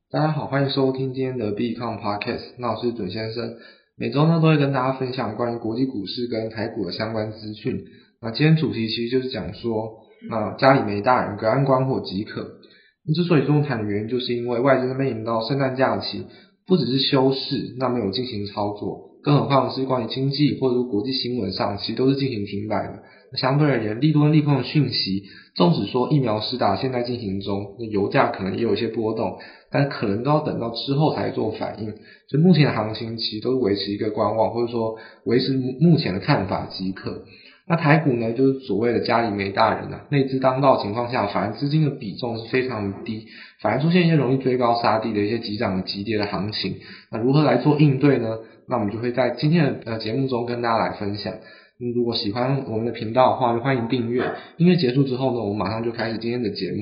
大家好，欢迎收听今天的 Become Podcast。那我是准先生，每周呢都会跟大家分享关于国际股市跟台股的相关资讯。那今天主题其实就是讲说，家里没大人，隔岸观火即可。之所以这么谈的原因，就是因为外资那边迎到圣诞假期，不只是休市，那没有进行操作，更何况是关于经济或者说国际新闻上，其实都是进行停摆的。相对而言，利多跟利空的讯息，纵使说疫苗施打现在进行中，油价可能也有一些波动，但可能都要等到之后才做反应。所以目前的行情其实都是维持一个观望，或者说维持目前的看法即可。那台股呢，就是所谓的家里没大人内资当道的情况下，反而资金的比重是非常的低，反而出现一些容易追高杀低的一些急涨急跌的行情。那如何来做应对呢？那我们就会在今天的节目中跟大家来分享。如果喜欢我们的频道的话，就欢迎订阅。音乐结束之后呢，我们马上就开始今天的节目。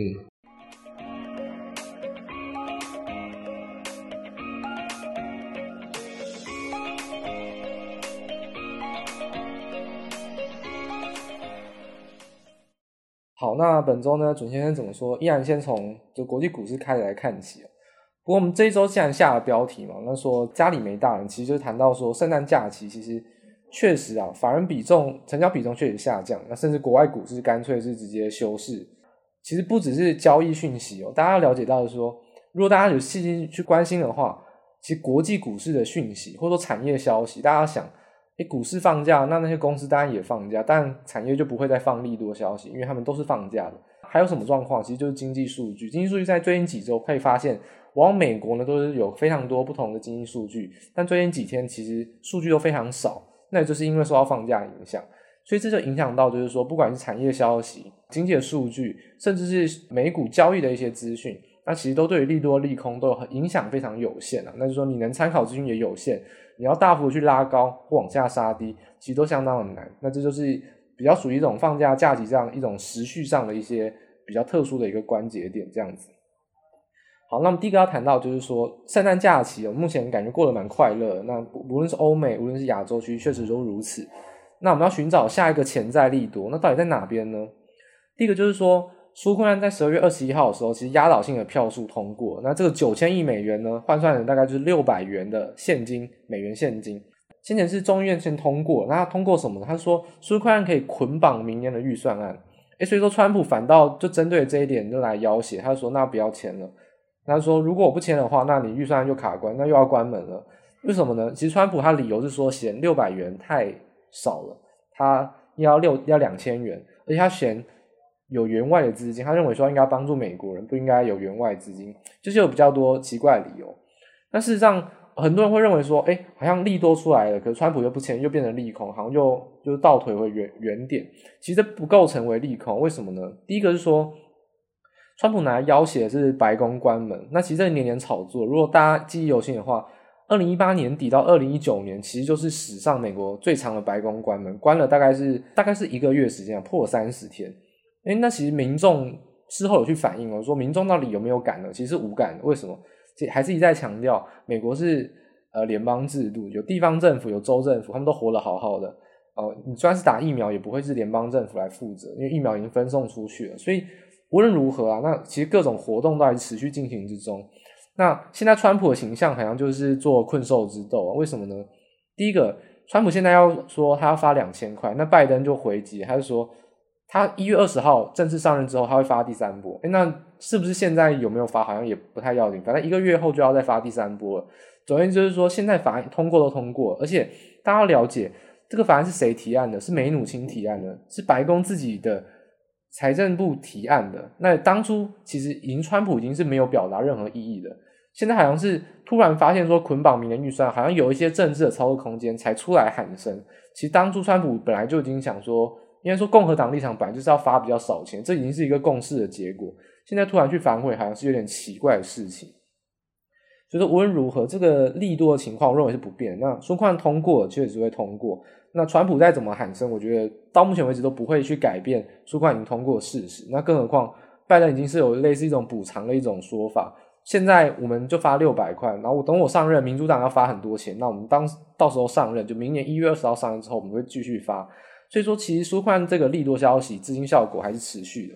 好，那本周呢，准先生怎么说？依然先从就国际股市开始来看起。不过我们这一周既然下了标题嘛，那说家里没大人，其实就是谈到说圣诞假期其实确实法人比重、成交比重确实下降，那甚至国外股市干脆是直接休市。其实不只是交易讯息大家要了解到的说，如果大家有细心去关心的话，其实国际股市的讯息或者说产业消息，大家想股市放假，那些公司当然也放假，但产业就不会再放利多消息，因为他们都是放假的。还有什么状况？其实就是经济数据。经济数据在最近几周可以发现，往美国呢都是有非常多不同的经济数据，但最近几天其实数据都非常少，那也就是因为受到放假的影响。所以这就影响到就是说，不管是产业消息、经济的数据，甚至是美股交易的一些资讯，那其实都对于利多利空都有影响非常有限那就是说你能参考资讯也有限，你要大幅去拉高或往下杀低，其实都相当的难。那这就是比较属于一种放假假期这样一种时序上的一些比较特殊的一个关节点这样子。好，那么第一个要谈到就是说圣诞假期目前感觉过得蛮快乐的，那无论是欧美无论是亚洲区确实都如此。那我们要寻找下一个潜在利多，那到底在哪边呢？第一个就是说纾困案在12月21号的时候其实压倒性的票数通过，那这个9000亿美元呢换算成大概就是600元的现金，美元现金。先前是众议院先通过，那他通过什么呢？他说纾困案可以捆绑明年的预算案。所以说川普反倒就针对这一点就来要挟，他就说那不要签了。他说如果我不签的话，那你预算案就卡关，那又要关门了。为什么呢？其实川普他理由是说嫌600元太少了，他要2000元，而且他嫌有援外的资金，他认为说应该帮助美国人，不应该有援外资金，就是有比较多奇怪的理由。那事实上很多人会认为说好像利多出来了，可是川普又不签，又变成利空，好像就倒退回原点。其实这不构成为利空，为什么呢？第一个是说川普拿来要挟的是白宫关门，那其实这年年炒作，如果大家记忆犹新的话，2018年底到2019年其实就是史上美国最长的白宫关门，关了大概是1个月时间，破了30天。那其实民众事后有去反映说民众到底有没有感呢？其实是无感的。为什么？还是一再强调美国是联邦制度，有地方政府有州政府，他们都活得好好的你虽然是打疫苗也不会是联邦政府来负责，因为疫苗已经分送出去了。所以无论如何那其实各种活动都还是持续进行之中。那现在川普的形象好像就是做困兽之斗为什么呢？第一个，川普现在要说他要发2000块，那拜登就回击，他就说他1月20号正式上任之后他会发第3波那是不是现在有没有发好像也不太要紧，反正1个月后就要再发第3波了。总而言之就是说现在法案通过都通过，而且大家要了解这个法案是谁提案的，是梅努钦提案的，是白宫自己的财政部提案的。那当初其实川普已经是没有表达任何异议的，现在好像是突然发现说捆绑明年预算好像有一些政治的操作空间才出来喊声。其实当初川普本来就已经想说，应该说共和党立场本来就是要发比较少钱，这已经是一个共识的结果，现在突然去反悔好像是有点奇怪的事情。所以说无论如何这个利多的情况我认为是不变，那纾困案通过确实会通过，那川普再怎么喊声我觉得到目前为止都不会去改变纾困案已经通过的事实。那更何况拜登已经是有类似一种补偿的一种说法，现在我们就发600块，然后等我上任民主党要发很多钱，那我们到时候上任就明年1月20号上任之后我们会继续发。所以说其实纾困案这个利多消息资金效果还是持续的。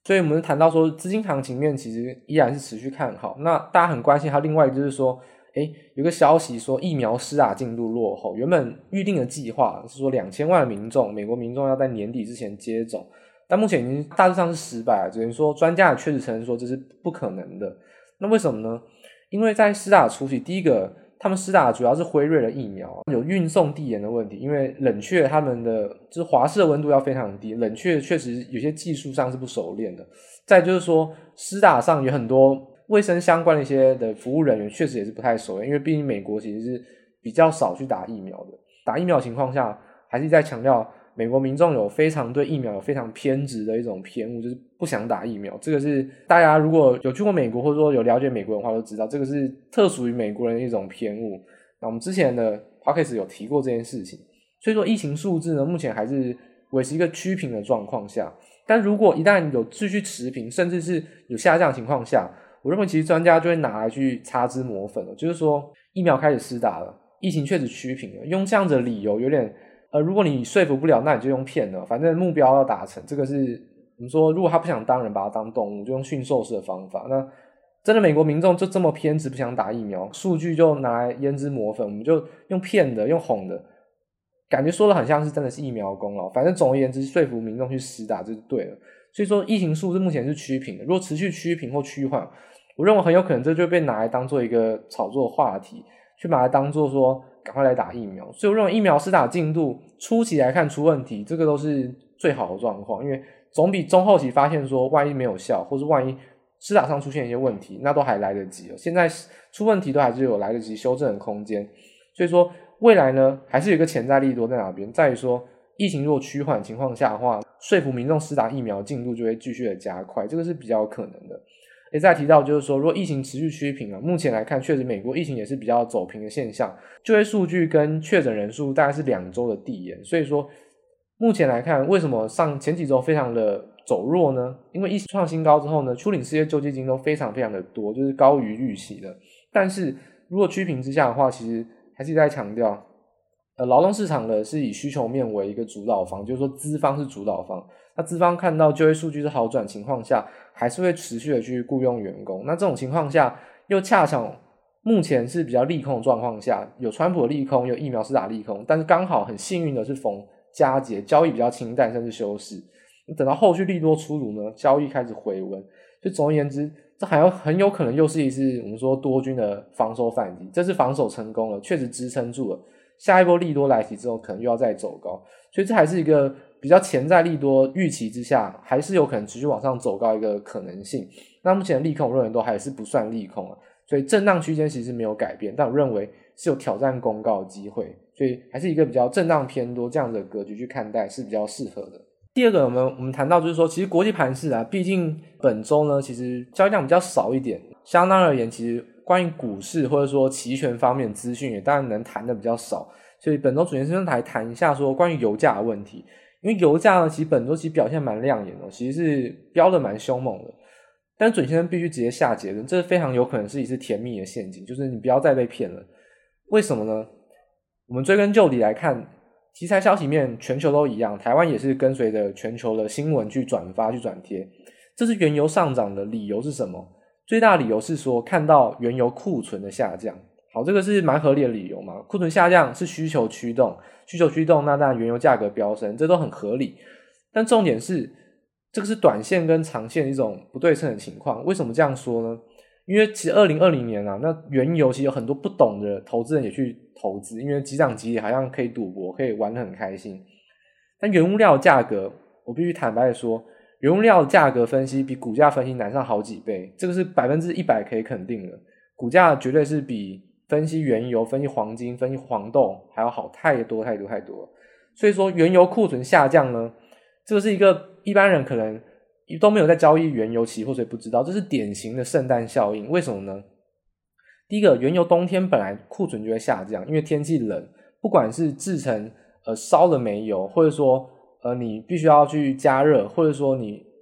所以我们谈到说资金行情面其实依然是持续看好。那大家很关心它另外就是说有个消息说疫苗施打进度落后，原本预定的计划是说2000万的美国民众要在年底之前接种，但目前已经大致上是失败了，只能说专家也确实承认说这是不可能的。那为什么呢？因为在施打初期，第一个他们施打的主要是辉瑞的疫苗，有运送递延的问题，因为冷却他们的就是华氏的温度要非常低，冷却确实有些技术上是不熟练的。再就是说施打上有很多卫生相关的一些的服务人员确实也是不太熟练，因为毕竟美国其实是比较少去打疫苗的，打疫苗的情况下还是在强调美国民众有非常对疫苗有非常偏执的一种偏误，就是不想打疫苗。这个是大家如果有去过美国或者说有了解美国文化都知道，这个是特属于美国人的一种偏误。那我们之前的 podcast 有提过这件事情，所以说疫情数字呢目前还是维持一个趋平的状况下，但如果一旦有继续持平甚至是有下降的情况下，我认为其实专家就会拿来去擦脂抹粉了，就是说疫苗开始施打了，疫情确实趋平了，用这样子的理由有点如果你说服不了，那你就用骗的，反正目标要达成，这个是我们说如果他不想当人把他当动物，就用驯兽师的方法。那真的美国民众就这么偏执不想打疫苗，数据就拿来胭脂抹粉，我们就用骗的用哄的，感觉说的很像是真的是疫苗功劳，反正总而言之说服民众去施打这就对了。所以说疫情数字目前是趋平的，如果持续趋平或趋缓，我认为很有可能这就会被拿来当做一个炒作话题，去把它当做说赶快来打疫苗。所以我认为疫苗施打进度初期来看出问题，这个都是最好的状况，因为总比中后期发现说万一没有效，或是万一施打上出现一些问题，那都还来得及了。现在出问题都还是有来得及修正的空间，所以说未来呢还是有一个潜在利多在哪边，在于说疫情如果趋缓情况下的话，说服民众施打疫苗进度就会继续的加快，这个是比较有可能的。再提到就是说如果疫情持续趋平了，目前来看确实美国疫情也是比较走平的现象，就业数据跟确诊人数大概是2周的递延，所以说目前来看为什么前几周非常的走弱呢？因为疫情创新高之后呢，初领失业救济金都非常非常的多，就是高于预期的。但是如果趋平之下的话，其实还是在强调劳动市场的是以需求面为一个主导方，就是说资方是主导方，那资方看到就业数据是好转情况下，还是会持续的去雇佣员工。那这种情况下又恰巧目前是比较利空的状况下，有川普的利空，有疫苗施打利空，但是刚好很幸运的是逢佳节，交易比较清淡甚至休市，等到后续利多出炉呢，交易开始回温。所以总而言之，这很有可能又是一次我们说多军的防守反击，这次防守成功了，确实支撑住了，下一波利多来袭之后可能又要再走高，所以这还是一个比较潜在利多预期之下，还是有可能持续往上走高一个可能性。那目前的利空我认为都还是不算利空啊，所以震荡区间其实没有改变，但我认为是有挑战公告的机会，所以还是一个比较震荡偏多这样的格局去看待是比较适合的。第二个我们谈到就是说，其实国际盘势啊，毕竟本周呢其实交易量比较少一点，相当而言其实关于股市或者说期权方面的资讯也当然能谈的比较少，所以本周主持人来谈一下说关于油价的问题。因为油价呢其实本周其实表现蛮亮眼的，其实是飙得蛮凶猛的，但是准先生必须直接下结论，这非常有可能是一次甜蜜的陷阱，就是你不要再被骗了。为什么呢？我们追根究底来看，题材消息面全球都一样，台湾也是跟随着全球的新闻去转发去转贴。这是原油上涨的理由是什么？最大的理由是说看到原油库存的下降。好，这个是蛮合理的理由嘛，库存下降是需求驱动，那当然原油价格飙升，这都很合理。但重点是这个是短线跟长线的一种不对称的情况。为什么这样说呢？因为其实2020年啊，那原油其实有很多不懂的投资人也去投资，因为急涨急跌好像可以赌博，可以玩得很开心。但原物料价格，我必须坦白的说，原物料价格分析比股价分析难上好几倍，这个是100%可以肯定的。股价绝对是比分析原油、分析黄金、分析黄豆还要好太多太多太多了。所以说原油库存下降呢，这个是一个一般人可能都没有在交易原油期货，所以不知道，这是典型的圣诞效应。为什么呢？第一个，原油冬天本来库存就会下降，因为天气冷，不管是制成烧的煤油，或者说你必须要去加热，或者说你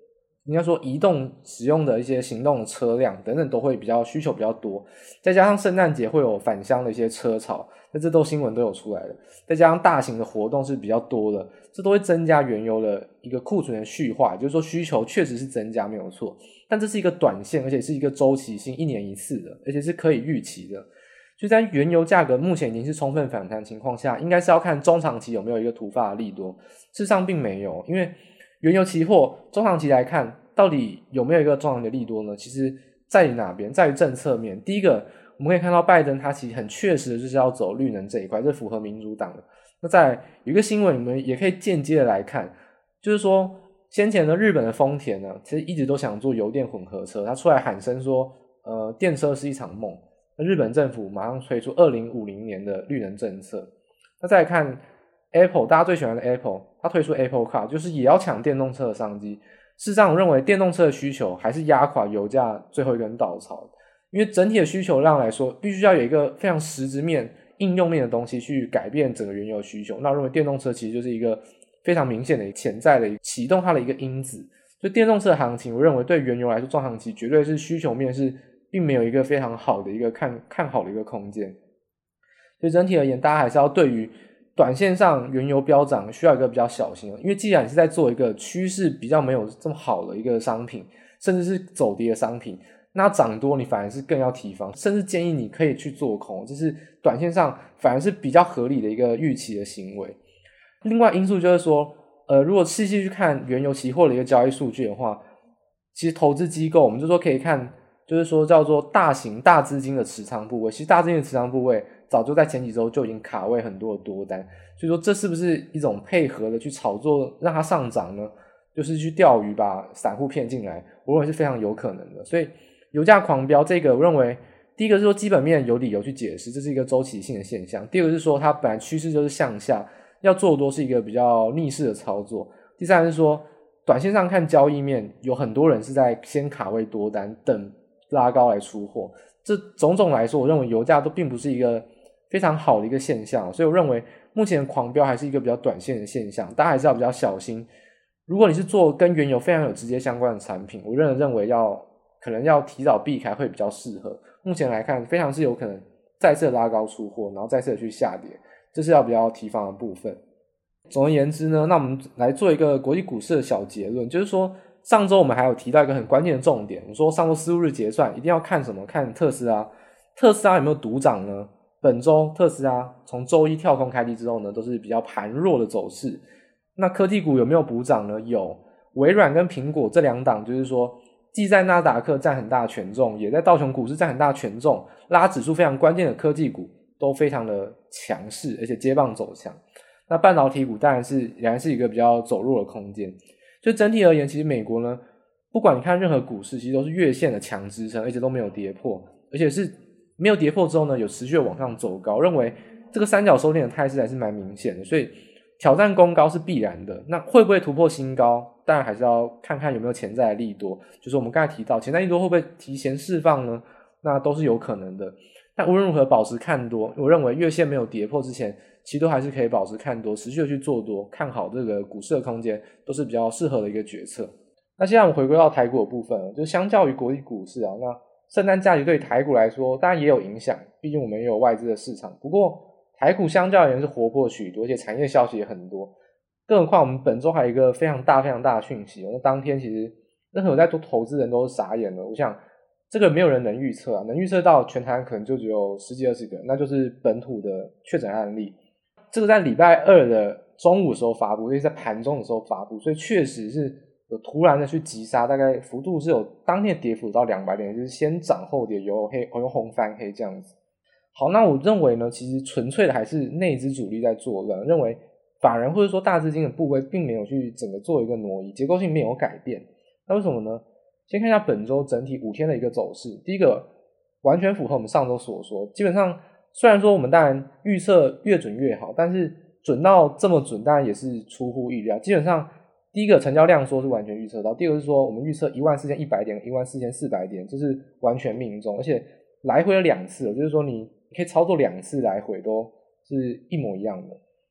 应该说移动使用的一些行动的车辆等等都会需求比较多，再加上圣诞节会有返乡的一些车潮，那这都新闻都有出来的，再加上大型的活动是比较多的，这都会增加原油的一个库存的续化，也就是说需求确实是增加没有错，但这是一个短线，而且是一个周期性1年1次的，而且是可以预期的。就在原油价格目前已经是充分反弹情况下，应该是要看中长期有没有一个突发的利多，事实上并没有，因为原油期货中长期来看到底有没有一个中长期的利多呢？其实在于哪边？在于政策面。第一个我们可以看到拜登他其实很确实的就是要走绿能这一块，这符合民主党的。那再来有一个新闻你们也可以间接的来看，就是说先前的日本的丰田呢其实一直都想做油电混合车，他出来喊声说电车是一场梦，那日本政府马上推出2050年的绿能政策。那再来看 Apple， 大家最喜欢的 Apple， 它推出 Apple Car 就是也要抢电动车的商机。事实上我认为电动车的需求还是压垮油价最后一根稻草，因为整体的需求量来说必须要有一个非常实质面应用面的东西去改变整个原油需求，那我认为电动车其实就是一个非常明显的潜在的启动它的一个因子。所以电动车的行情我认为对原油来说中长期绝对是需求面是并没有一个非常好的一个看好的一个空间。所以整体而言大家还是要对于短线上原油飙涨需要一个比较小心，因为既然你是在做一个趋势比较没有这么好的一个商品，甚至是走跌的商品，那涨多你反而是更要提防，甚至建议你可以去做空，这是短线上反而是比较合理的一个预期的行为。另外因素就是说如果细细去看原油期货的一个交易数据的话，其实投资机构我们就说可以看，就是说叫做大资金的持仓部位，其实大资金的持仓部位早就在前几周就已经卡位很多的多单，所以说这是不是一种配合的去炒作让它上涨呢？就是去钓鱼把散户骗进来，我认为是非常有可能的。所以油价狂飙这个我认为第一个是说基本面有理由去解释，这是一个周期性的现象，第二个是说它本来趋势就是向下，要做多是一个比较逆势的操作，第三个是说短线上看交易面有很多人是在先卡位多单等拉高来出货，这种种来说我认为油价都并不是一个非常好的一个现象，所以我认为目前狂飙还是一个比较短线的现象，大家还是要比较小心。如果你是做跟原油非常有直接相关的产品，我认为可能要提早避开会比较适合。目前来看非常是有可能再次拉高出货，然后再次去下跌，这是要比较提防的部分。总而言之呢，那我们来做一个国际股市的小结论，就是说上周我们还有提到一个很关键的重点，我说上周15日结算一定要看什么？看特斯拉有没有独涨呢？本周特斯拉从周一跳空开低之后呢，都是比较盘弱的走势。那科技股有没有补涨呢？有，微软跟苹果这两档就是说既在纳斯达克占很大权重，也在道琼股市占很大权重，拉指数非常关键的科技股都非常的强势，而且接棒走强。那半导体股当然是一个比较走弱的空间。所以整体而言，其实美国呢，不管你看任何股市，其实都是月线的强支撑，而且都没有跌破，而且是没有跌破之后呢，有持续的往上走高，认为这个三角收敛的态势还是蛮明显的，所以挑战攻高是必然的。那会不会突破新高？当然还是要看看有没有潜在的利多，就是我们刚才提到潜在利多会不会提前释放呢？那都是有可能的。但无论如何保持看多，我认为月线没有跌破之前，其实都还是可以保持看多，持续的去做多，看好这个股市的空间，都是比较适合的一个决策。那现在我们回归到台股的部分，就是相较于国际股市啊，那圣诞假期对台股来说当然也有影响，毕竟我们也有外资的市场，不过台股相较而言是活泼许多，而且产业消息也很多。更何况我们本周还有一个非常大的讯息，那当天其实任何有在做投资人都是傻眼了。我想这个没有人能预测啊，能预测到全台湾可能就只有10几20个，那就是本土的确诊案例。这个在礼拜二的中午的时候发布，也是在盘中的时候发布，所以确实是有突然的去急杀，大概幅度是有当天的跌幅到200点，就是先涨后跌，由红翻黑这样子。好，那我认为呢，其实纯粹的还是内资主力在作乱，认为法人或者说大资金的部位并没有去整个做一个挪移，结构性没有改变。那为什么呢？先看一下本周整体5天的一个走势。第一个完全符合我们上周所说，基本上虽然说我们当然预测越准越好，但是准到这么准当然也是出乎意料。基本上第一个成交量说是完全预测到，第二个是说我们预测14100点 14400点，这是完全命中，而且来回了2次，就是说你可以操作2次来回都是一模一样的。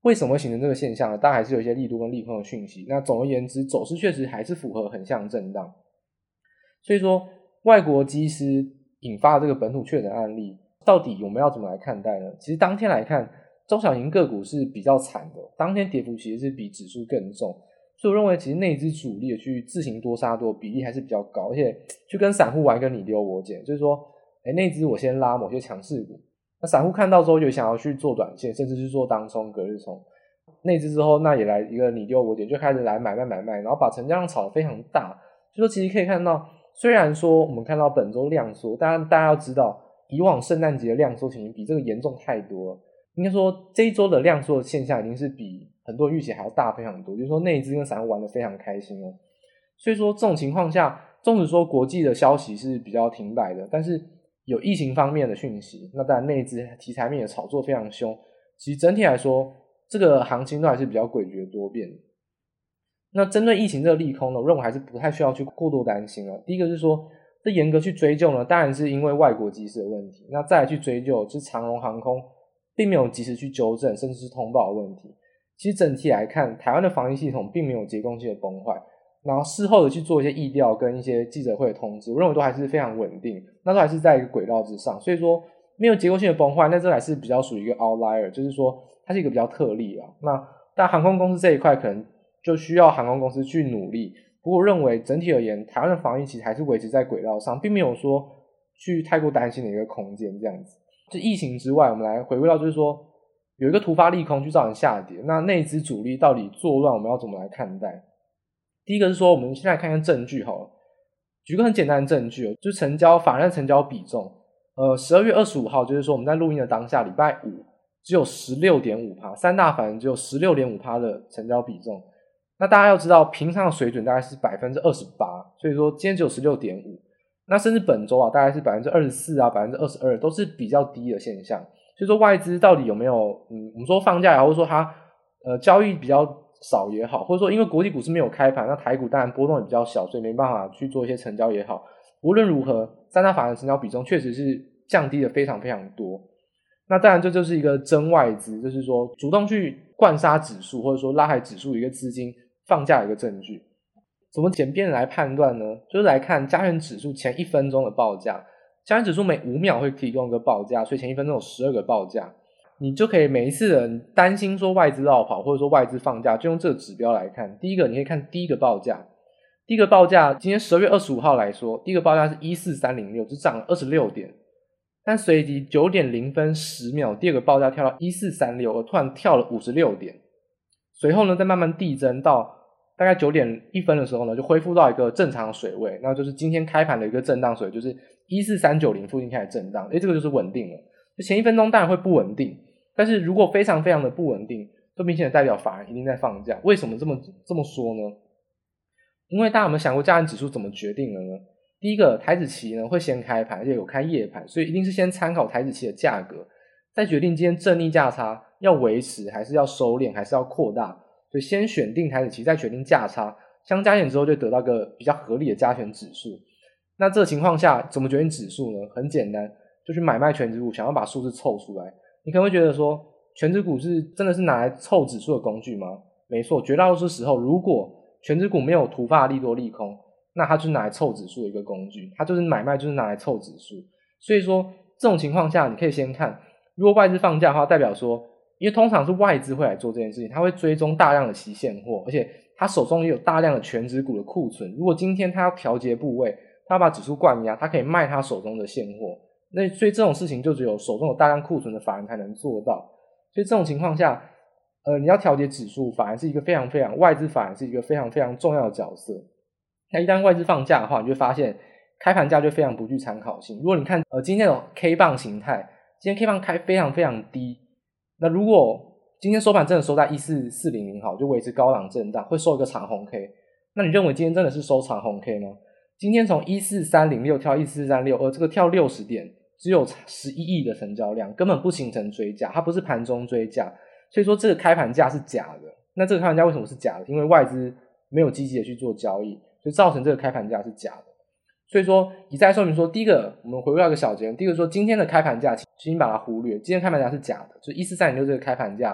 为什么会形成这个现象呢？当然还是有一些利多跟利空的讯息。那总而言之，走势确实还是符合横向震荡。所以说，外国机师引发的这个本土确诊案例，到底我们要怎么来看待呢？其实当天来看，中小型个股是比较惨的，当天跌幅其实是比指数更重。所以我认为，其实内资主力去自行多杀多比例还是比较高，而且去跟散户玩一个你丢我捡，就是说，内资我先拉某些强势股。那散户看到之后就想要去做短线，甚至是做当冲、隔日冲。内资之后，那也来一个你丢我捡，就开始来买卖，然后把成交量炒得非常大。就说其实可以看到，虽然说我们看到本周量缩，但大家要知道，以往圣诞节的量缩情形比这个严重太多了。应该说这一周的量缩的现象已经是比很多预期还要大非常多，就是说内资跟散户玩得非常开心哦。所以说这种情况下，纵使说国际的消息是比较停摆的，但是有疫情方面的讯息，那当然内资题材面的炒作非常凶，其实整体来说这个行情都还是比较诡谲多变的。那针对疫情这个利空呢，我认为还是不太需要去过度担心了。第一个是说，这严格去追究呢，当然是因为外国机师的问题，那再来去追究就是长荣航空并没有及时去纠正甚至是通报的问题。其实整体来看，台湾的防疫系统并没有结构性的崩坏，然后事后的去做一些疫调跟一些记者会的通知，我认为都还是非常稳定，那都还是在一个轨道之上。所以说没有结构性的崩坏，那这还是比较属于一个 outlier， 就是说它是一个比较特例啊。那但航空公司这一块可能就需要航空公司去努力，不过我认为整体而言，台湾的防疫其实还是维持在轨道上，并没有说去太过担心的一个空间这样子。就疫情之外，我们来回归到就是说有一个突发利空去造成下跌，那内资主力到底作乱我们要怎么来看待？第一个是说我们现在看看证据好了，举个很简单的证据就是法人成交比重12月25号就是说我们在录音的当下礼拜五只有 16.5%， 三大法人只有 16.5% 的成交比重。那大家要知道平常的水准大概是 28%， 所以说今天只有 16.5%， 那甚至本周大概是 24% 啊 22% 都是比较低的现象。所以说外资到底有没有我们说放假也好，或者说它交易比较少也好，或者说因为国际股市没有开盘，那台股当然波动也比较小，所以没办法去做一些成交也好，无论如何三大法人成交比重确实是降低的非常非常多。那当然这就是一个真外资，就是说主动去灌杀指数或者说拉抬指数一个资金放假的一个证据。怎么简便的来判断呢？就是来看加权指数前1分钟的报价，加权指数每5秒会提供一个报价，所以前1分钟有12个报价，你就可以每一次人担心说外资绕跑或者说外资放假，就用这个指标来看。第一个你可以看第一个报价，第一个报价今天12月25号来说，第一个报价是14306，就涨了26点，但随即9点0分10秒第二个报价跳到14336，而突然跳了56点，随后呢再慢慢递增到大概9点1分的时候呢就恢复到一个正常的水位，那就是今天开盘的一个震荡水，就是14390附近开始震荡，这个就是稳定了。就前1分钟当然会不稳定，但是如果非常非常的不稳定，就明显的代表法人一定在放假。为什么这么说呢？因为大家有没有想过加权指数怎么决定的呢？第一个，台指期呢会先开盘，而且有开夜盘，所以一定是先参考台指期的价格，再决定今天正逆价差要维持还是要收敛还是要扩大，所以先选定台指期，再决定价差，相加减之后就得到个比较合理的加权指数。那这个情况下怎么决定指数呢？很简单，就去买卖权值股，想要把数字凑出来。你可能会觉得说权值股是真的是拿来凑指数的工具吗？没错，绝大多数时候如果权值股没有突发的利多利空，那它就是拿来凑指数的一个工具，它就是买卖就是拿来凑指数。所以说这种情况下你可以先看，如果外资放假的话，代表说因为通常是外资会来做这件事情，他会追踪大量的期现货，而且他手中也有大量的权值股的库存，如果今天他要调节部位，他要把指数灌压，他可以卖他手中的现货，那所以这种事情就只有手中有大量库存的法人才能做到。所以这种情况下你要调节指数，法人是一个非常非常外资法人是一个非常非常重要的角色。那一旦外资放假的话，你就会发现开盘价就非常不具参考性。如果你看今天的 K 棒形态，今天 K 棒开非常非常低，那如果今天收盘真的收在14400好，就维持高档震荡，会收一个长红 K， 那你认为今天真的是收长红 K 吗？今天从14306跳14362，这个跳60点，只有11亿的成交量，根本不形成追价，它不是盘中追价，所以说这个开盘价是假的。那这个开盘价为什么是假的？因为外资没有积极的去做交易，所以造成这个开盘价是假的。所以说以再说明说，第一个我们回归到一个小结论，第一个说今天的开盘价请你把它忽略，今天开盘价是假的，就是14306这个开盘价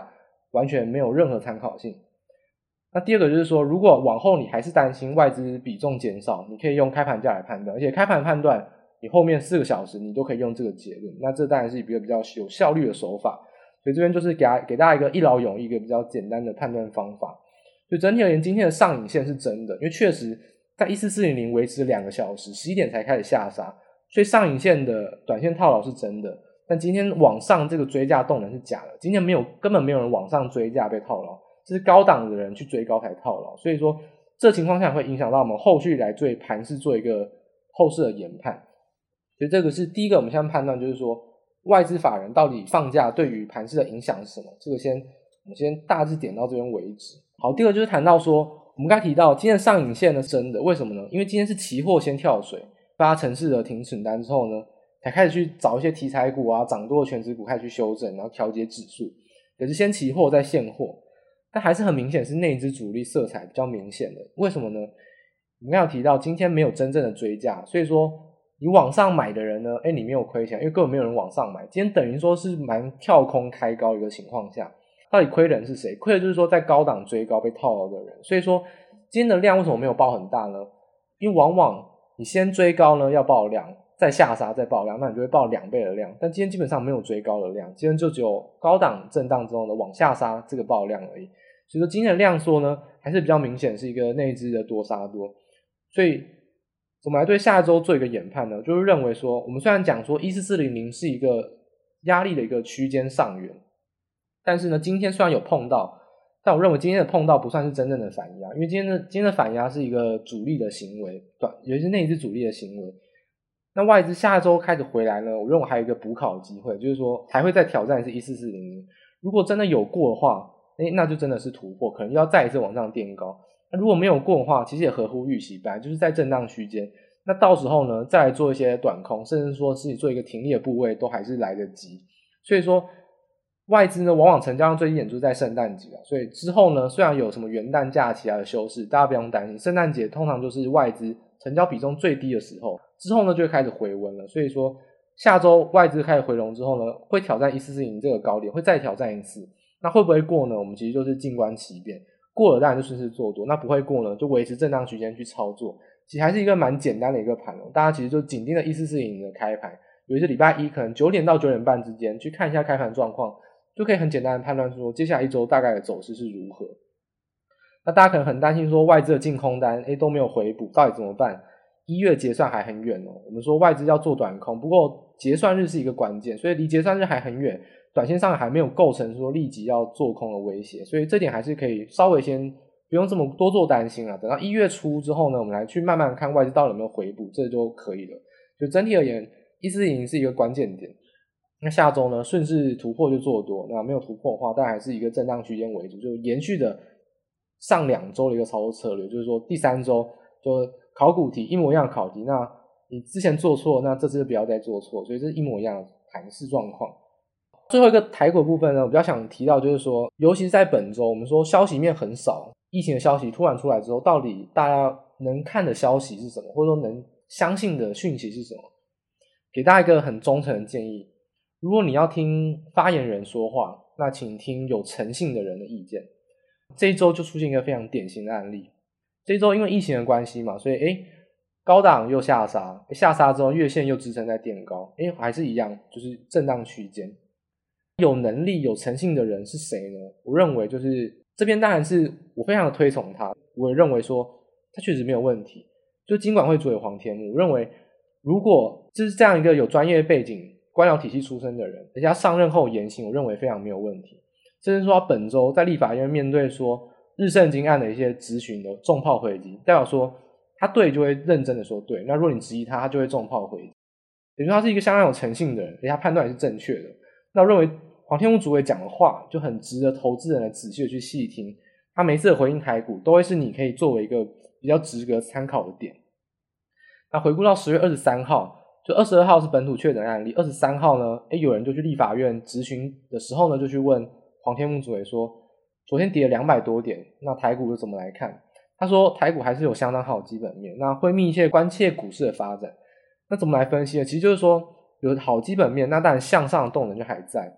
完全没有任何参考性。那第二个就是说，如果往后你还是担心外资比重减少，你可以用开盘价来判断，而且开盘判断你后面4个小时你都可以用这个结论，那这当然是一个比较有效率的手法。所以这边就是给大家一个一劳永逸一个比较简单的判断方法。所以整体而言，今天的上影线是真的，因为确实在14400维持2个小时，11点才开始下杀，所以上影线的短线套牢是真的，但今天往上这个追价动能是假的，今天根本没有人往上追价被套牢，这是高档的人去追高才套牢，所以说这情况下会影响到我们后续来对盘势做一个后市的研判。所以这个是第一个我们现在判断，就是说外资法人到底放假对于盘势的影响是什么，这个我们先大致点到这边为止。好，第二个就是谈到说我们刚才提到今天的上影线呢是真的，为什么呢？因为今天是期货先跳水发城市的停损单之后呢，才开始去找一些题材股啊涨多的全指股开始去修正，然后调节指数，也是先期货再现货，但还是很明显是内资主力色彩比较明显的。为什么呢？我们刚才提到今天没有真正的追价，所以说你往上买的人呢，你没有亏钱，因为根本没有人往上买，今天等于说是蛮跳空开高的一个情况下，到底亏人是谁？亏的就是说在高档追高被套牢的人。所以说今天的量为什么没有爆很大呢？因为往往你先追高呢要爆量，再下杀再爆量，那你就会爆2倍的量，但今天基本上没有追高的量，今天就只有高档震荡之后呢往下杀这个爆量而已。所以说今天的量缩呢还是比较明显是一个内资的多杀多。所以我们来对下一周做一个研判呢，就是认为说我们虽然讲说14400是一个压力的一个区间上缘，但是呢今天虽然有碰到，但我认为今天的碰到不算是真正的反压，因为今天的反压是一个主力的行为，尤其是内资主力的行为。那外资下周开始回来呢，我认为还有一个补考的机会，就是说还会再挑战是14400，如果真的有过的话，那就真的是突破，可能要再一次往上垫高。那如果没有过的话，其实也合乎预期，本来就是在震荡区间，那到时候呢再来做一些短空，甚至说自己做一个停利的部位都还是来得及。所以说外资呢往往成交量最低点就是在圣诞节所以之后呢虽然有什么元旦假期的休市，大家不用担心，圣诞节通常就是外资成交比重最低的时候，之后呢就会开始回温了。所以说下周外资开始回笼之后呢，会挑战14400这个高点，会再挑战一次。那会不会过呢？我们其实就是静观其变，过了当然就顺势做多，那不会过呢就维持震荡区间去操作。其实还是一个蛮简单的一个盘大家其实就紧盯着14400的开盘，尤其是礼拜一可能9点到9点半之间去看一下开盘状况，就可以很简单的判断说接下来一周大概的走势是如何。那大家可能很担心说外资的净空单都没有回补，到底怎么办？1月结算还很远我们说外资要做短空，不过结算日是一个关键，所以离结算日还很远，短线上还没有构成说立即要做空的威胁，所以这点还是可以稍微先不用这么多做担心等到1月初之后呢，我们来去慢慢看外资到底有没有回补，这就可以了。就整体而言14400是一个关键点，那下周呢顺势突破就做多，那没有突破的话当然还是一个震荡区间为主，就延续的上2周的一个操作策略，就是说第3周就考古题一模一样的考题，那你之前做错，那这次就不要再做错，所以这是一模一样的盘势状况。最后一个台股部分呢，我比较想提到就是说，尤其是在本周我们说消息面很少，疫情的消息突然出来之后，到底大家能看的消息是什么，或者说能相信的讯息是什么，给大家一个很忠诚的建议，如果你要听发言人说话，那请听有诚信的人的意见。这一周就出现一个非常典型的案例，这一周因为疫情的关系嘛，所以高档又下杀，下杀之后月线又支撑在垫高，还是一样就是震荡区间。有能力有诚信的人是谁呢？我认为就是这边当然是我非常的推崇他，我也认为说他确实没有问题，就金管会主委黄天牧，我认为如果就是这样一个有专业背景官僚体系出身的人，而且他上任后言行我认为非常没有问题，甚至说他本周在立法院面对说日盛金案的一些质询的重炮回击，代表说他对就会认真的说对，那如果你质疑他就会重炮回击，等于说他是一个相当有诚信的人，而且他判断也是正确的。那我认为黄天牧主委讲的话就很值得投资人来仔细的去细听，他每次的回应台股都会是你可以作为一个比较值得参考的点。那回顾到10月23号，就22号是本土确诊案例，23号呢有人就去立法院质询的时候呢，就去问黄天牧主委说昨天跌了200多点，那台股又怎么来看？他说台股还是有相当好的基本面，那会密切关切股市的发展。那怎么来分析呢？其实就是说有好基本面，那当然向上的动能就还在。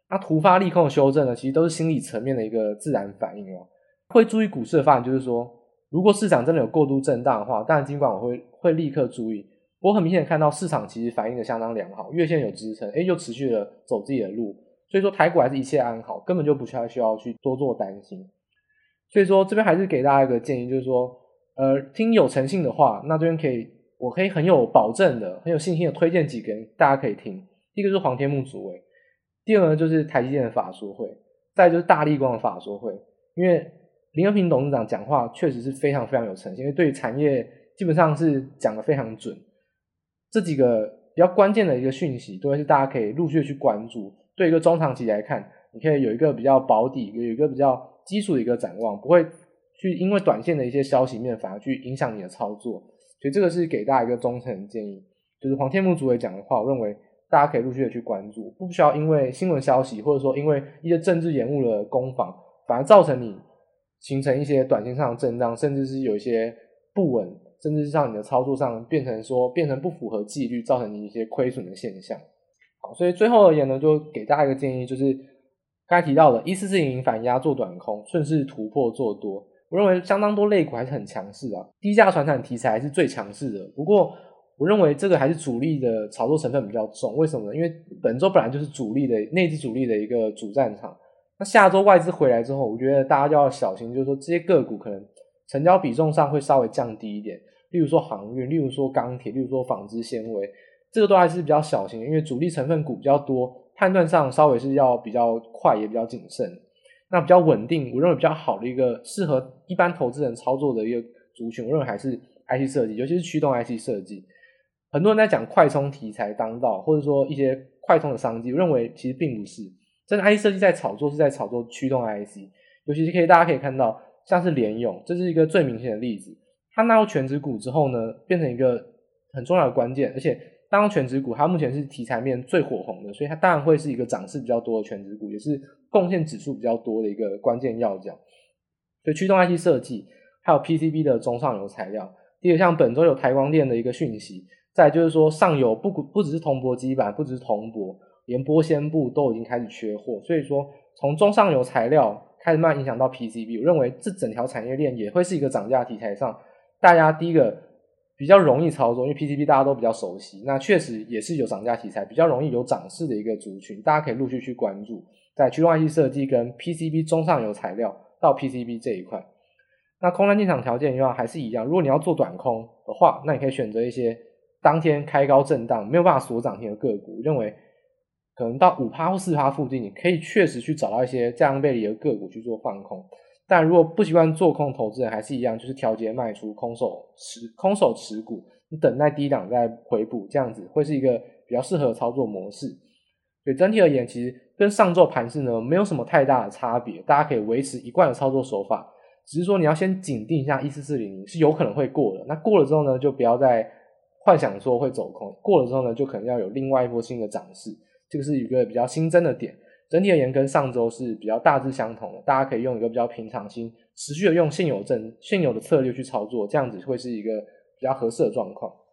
那突发利空的修正呢，其实都是心理层面的一个自然反应哦。会注意股市的发展就是说，如果市场真的有过度震荡的话，当然金管委会立刻注意。不过很明显看到市场其实反应的相当良好，月线有支撑，又持续的走自己的路，所以说台股还是一切安好，根本就不需要去多做担心。所以说这边还是给大家一个建议，就是说听有诚信的话，那这边我可以很有保证的很有信心的推荐几个人大家可以听。第一个就是黄天木主委，第二个呢就是台积电的法说会，再来就是大立光的法说会。因为林和平董事长讲话确实是非常非常有诚信，因为对产业基本上是讲得非常准。这几个比较关键的一个讯息都会是大家可以陆续去关注，对一个中长期来看，你可以有一个比较保底，有一个比较基础的一个展望，不会去因为短线的一些消息面反而去影响你的操作。所以这个是给大家一个忠诚的建议，就是黄天木主委讲的话，我认为大家可以陆续的去关注，不需要因为新闻消息或者说因为一些政治延误的攻防，反而造成你形成一些短线上的震荡，甚至是有一些不稳，甚至是让你的操作上变成不符合纪律，造成你一些亏损的现象。好，所以最后而言呢，就给大家一个建议，就是刚才提到的1440反压做短空，顺势突破做多。我认为相当多类股还是很强势啊，低价传产题材还是最强势的。不过我认为这个还是主力的炒作成分比较重，为什么呢？因为本周本来就是内资主力的一个主战场。那下周外资回来之后，我觉得大家就要小心，就是说这些个股可能成交比重上会稍微降低一点，例如说航运，例如说钢铁，例如说纺织纤维，这个都还是比较小心的，因为主力成分股比较多，判断上稍微是要比较快也比较谨慎。那比较稳定，我认为比较好的一个适合一般投资人操作的一个族群，我认为还是 IC 设计，尤其是驱动 IC 设计。很多人在讲快充题材当道，或者说一些快充的商机，我认为其实并不是。真的 IC 设计在炒作是在炒作驱动 IC， 尤其是大家可以看到像是联咏，这是一个最明显的例子。它纳入全指股之后呢，变成一个很重要的关键，而且当全指股它目前是题材面最火红的，所以它当然会是一个涨势比较多的全指股，也是贡献指数比较多的一个关键要角。所以驱动 IC 设计还有 PCB 的中上游材料，第二像本周有台光电的一个讯息，再来就是说上游不只是铜箔基板，不只是铜箔，连玻纤布都已经开始缺货，所以说从中上游材料开始慢慢影响到 PCB， 我认为这整条产业链也会是一个涨价题材上，大家第一个比较容易操作，因为 PCB 大家都比较熟悉，那确实也是有涨价题材，比较容易有涨势的一个族群，大家可以陆续去关注，在驱动 IC 设计跟 PCB 中上游材料到 PCB 这一块。那空单进场条件的话还是一样，如果你要做短空的话，那你可以选择一些当天开高震荡没有办法锁涨停的个股，认为可能到 5% 或 4% 附近，你可以确实去找到一些价量背离的个股去做放空。但如果不习惯做空投资人还是一样，就是调节卖出，空手持股，你等待低档再回补，这样子会是一个比较适合的操作模式。所以整体而言，其实跟上周盘势呢没有什么太大的差别，大家可以维持一贯的操作手法，只是说你要先紧盯一下14400是有可能会过的，那过了之后呢，就不要再幻想说会走空，过了之后呢，就可能要有另外一波新的涨势，这个是一个比较新增的点。整体而言跟上周是比较大致相同的，大家可以用一个比较平常心，持续的用现有的策略去操作，这样子会是一个比较合适的状况。